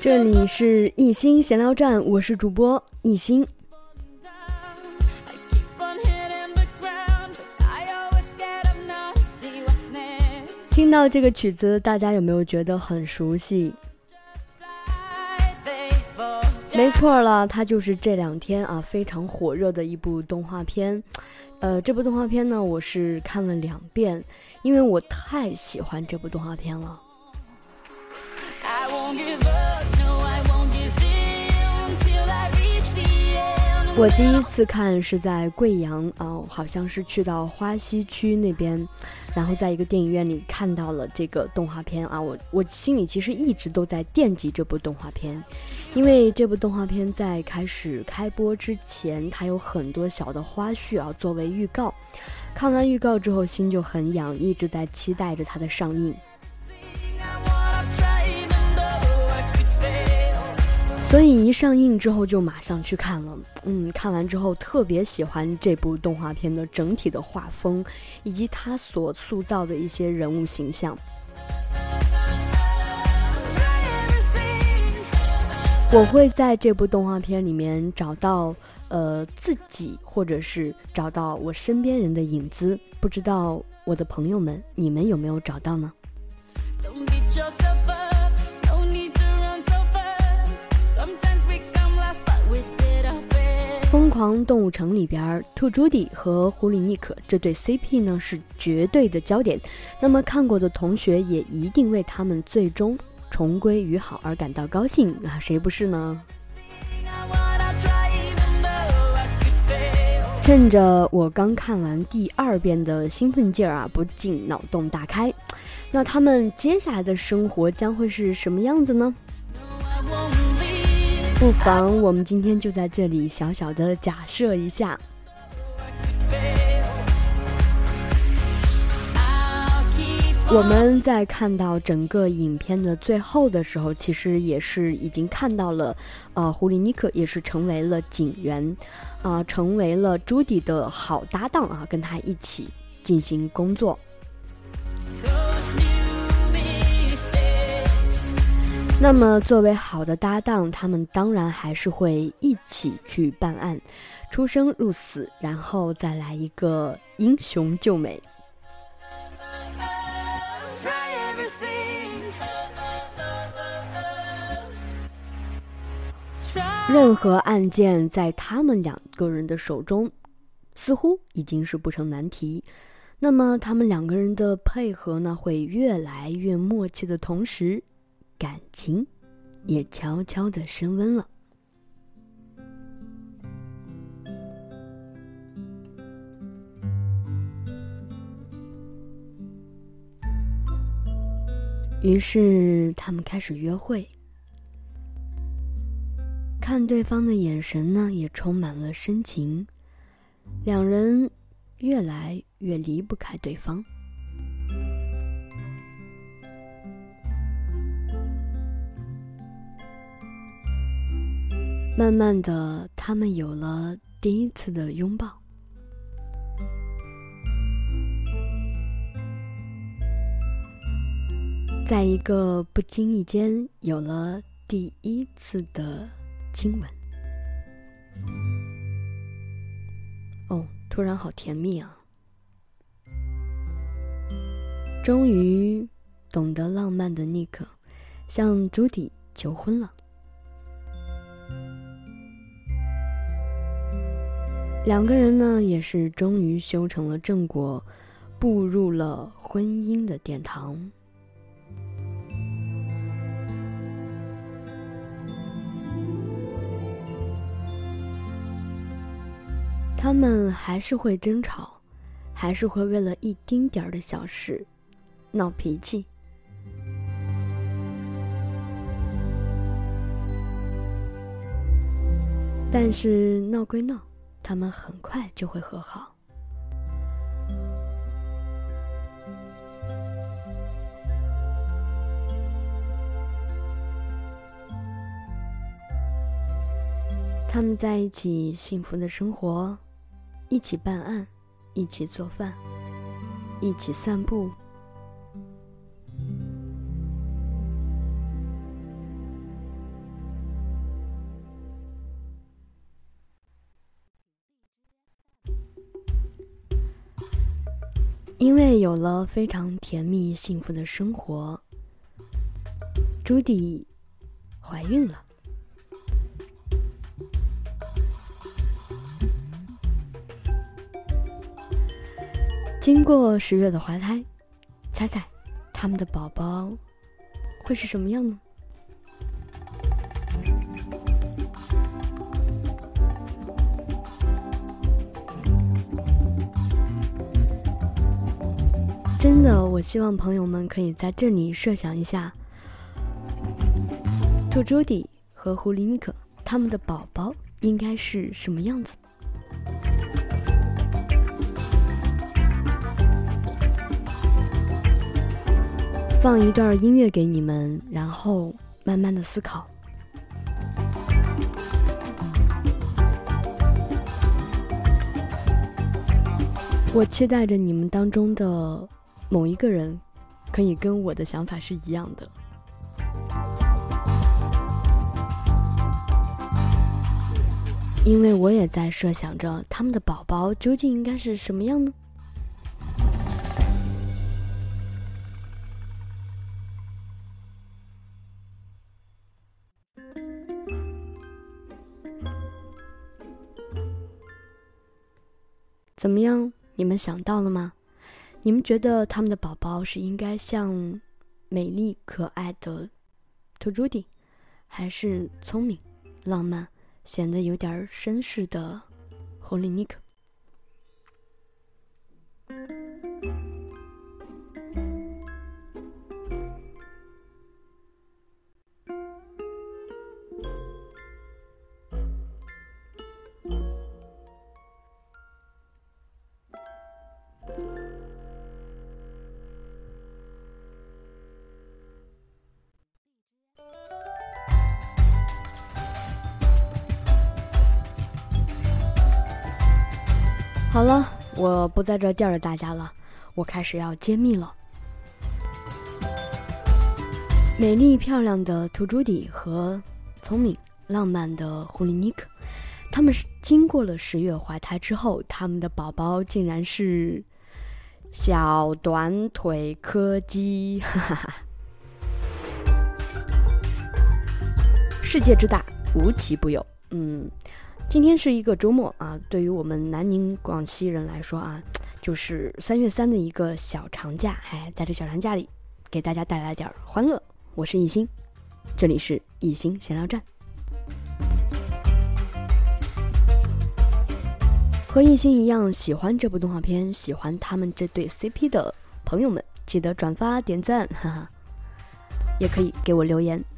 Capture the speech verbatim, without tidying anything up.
这里是一心闲聊站，我是主播一心。听到这个曲子，大家有没有觉得很熟悉？没错了，它就是这两天啊非常火热的一部动画片。呃，这部动画片呢，我是看了两遍，因为我太喜欢这部动画片了。我第一次看是在贵阳啊、呃，好像是去到花溪区那边，然后在一个电影院里看到了这个动画片啊，我我心里其实一直都在惦记这部动画片，因为这部动画片在开始开播之前，它有很多小的花絮啊作为预告，看完预告之后心就很痒，一直在期待着它的上映。所以一上映之后就马上去看了，嗯，看完之后特别喜欢这部动画片的整体的画风，以及它所塑造的一些人物形象。我会在这部动画片里面找到呃自己，或者是找到我身边人的影子，不知道我的朋友们，你们有没有找到呢？疯狂动物城里边，兔朱迪和狐狸尼克这对 C P 呢是绝对的焦点。那么看过的同学也一定为他们最终重归于好而感到高兴啊，谁不是呢？趁着我刚看完第二遍的兴奋劲儿啊，不禁脑洞大开。那他们接下来的生活将会是什么样子呢？不妨我们今天就在这里小小的假设一下。我们在看到整个影片的最后的时候，其实也是已经看到了呃，狐狸尼克也是成为了警员啊、呃，成为了朱迪的好搭档啊，跟他一起进行工作。那么作为好的搭档，他们当然还是会一起去办案，出生入死，然后再来一个英雄救美。任何案件在他们两个人的手中似乎已经是不成难题，那么他们两个人的配合呢，会越来越默契的同时，感情也悄悄地升温了。于是他们开始约会，看对方的眼神呢，也充满了深情，两人越来越离不开对方。慢慢的，他们有了第一次的拥抱。在一个不经意间，有了第一次的亲吻。哦，突然好甜蜜啊！终于懂得浪漫的尼克，向朱迪求婚了。两个人呢，也是终于修成了正果，步入了婚姻的殿堂。他们还是会争吵，还是会为了一丁点儿的小事闹脾气。但是闹归闹，他们很快就会和好。他们在一起幸福的生活，一起办案，一起做饭，一起散步。 因为有了非常甜蜜幸福的生活，朱迪怀孕了。经过十月的怀胎，猜猜他们的宝宝会是什么样呢？真的，我希望朋友们可以在这里设想一下，兔朱迪和狐狸尼克他们的宝宝应该是什么样子。放一段音乐给你们，然后慢慢的思考。我期待着你们当中的某一个人可以跟我的想法是一样的。因为我也在设想着他们的宝宝究竟应该是什么样呢？怎么样？你们想到了吗？你们觉得他们的宝宝是应该像美丽可爱的兔朱迪，还是聪明、浪漫、显得有点绅士的狐狸尼克？好了，我不在这吊着大家了，我开始要揭秘了。美丽漂亮的兔朱迪和聪明浪漫的狐狸尼克，他们经过了十月怀胎之后，他们的宝宝竟然是小短腿柯基，哈哈哈！世界之大，无奇不有。嗯。今天是一个周末啊，对于我们南宁广西人来说啊，就是三月三的一个小长假。哎，在这小长假里，给大家带来点欢乐。我是艺兴，这里是艺兴闲聊站。和艺兴一样喜欢这部动画片，喜欢他们这对 C P 的朋友们，记得转发点赞，哈哈，也可以给我留言。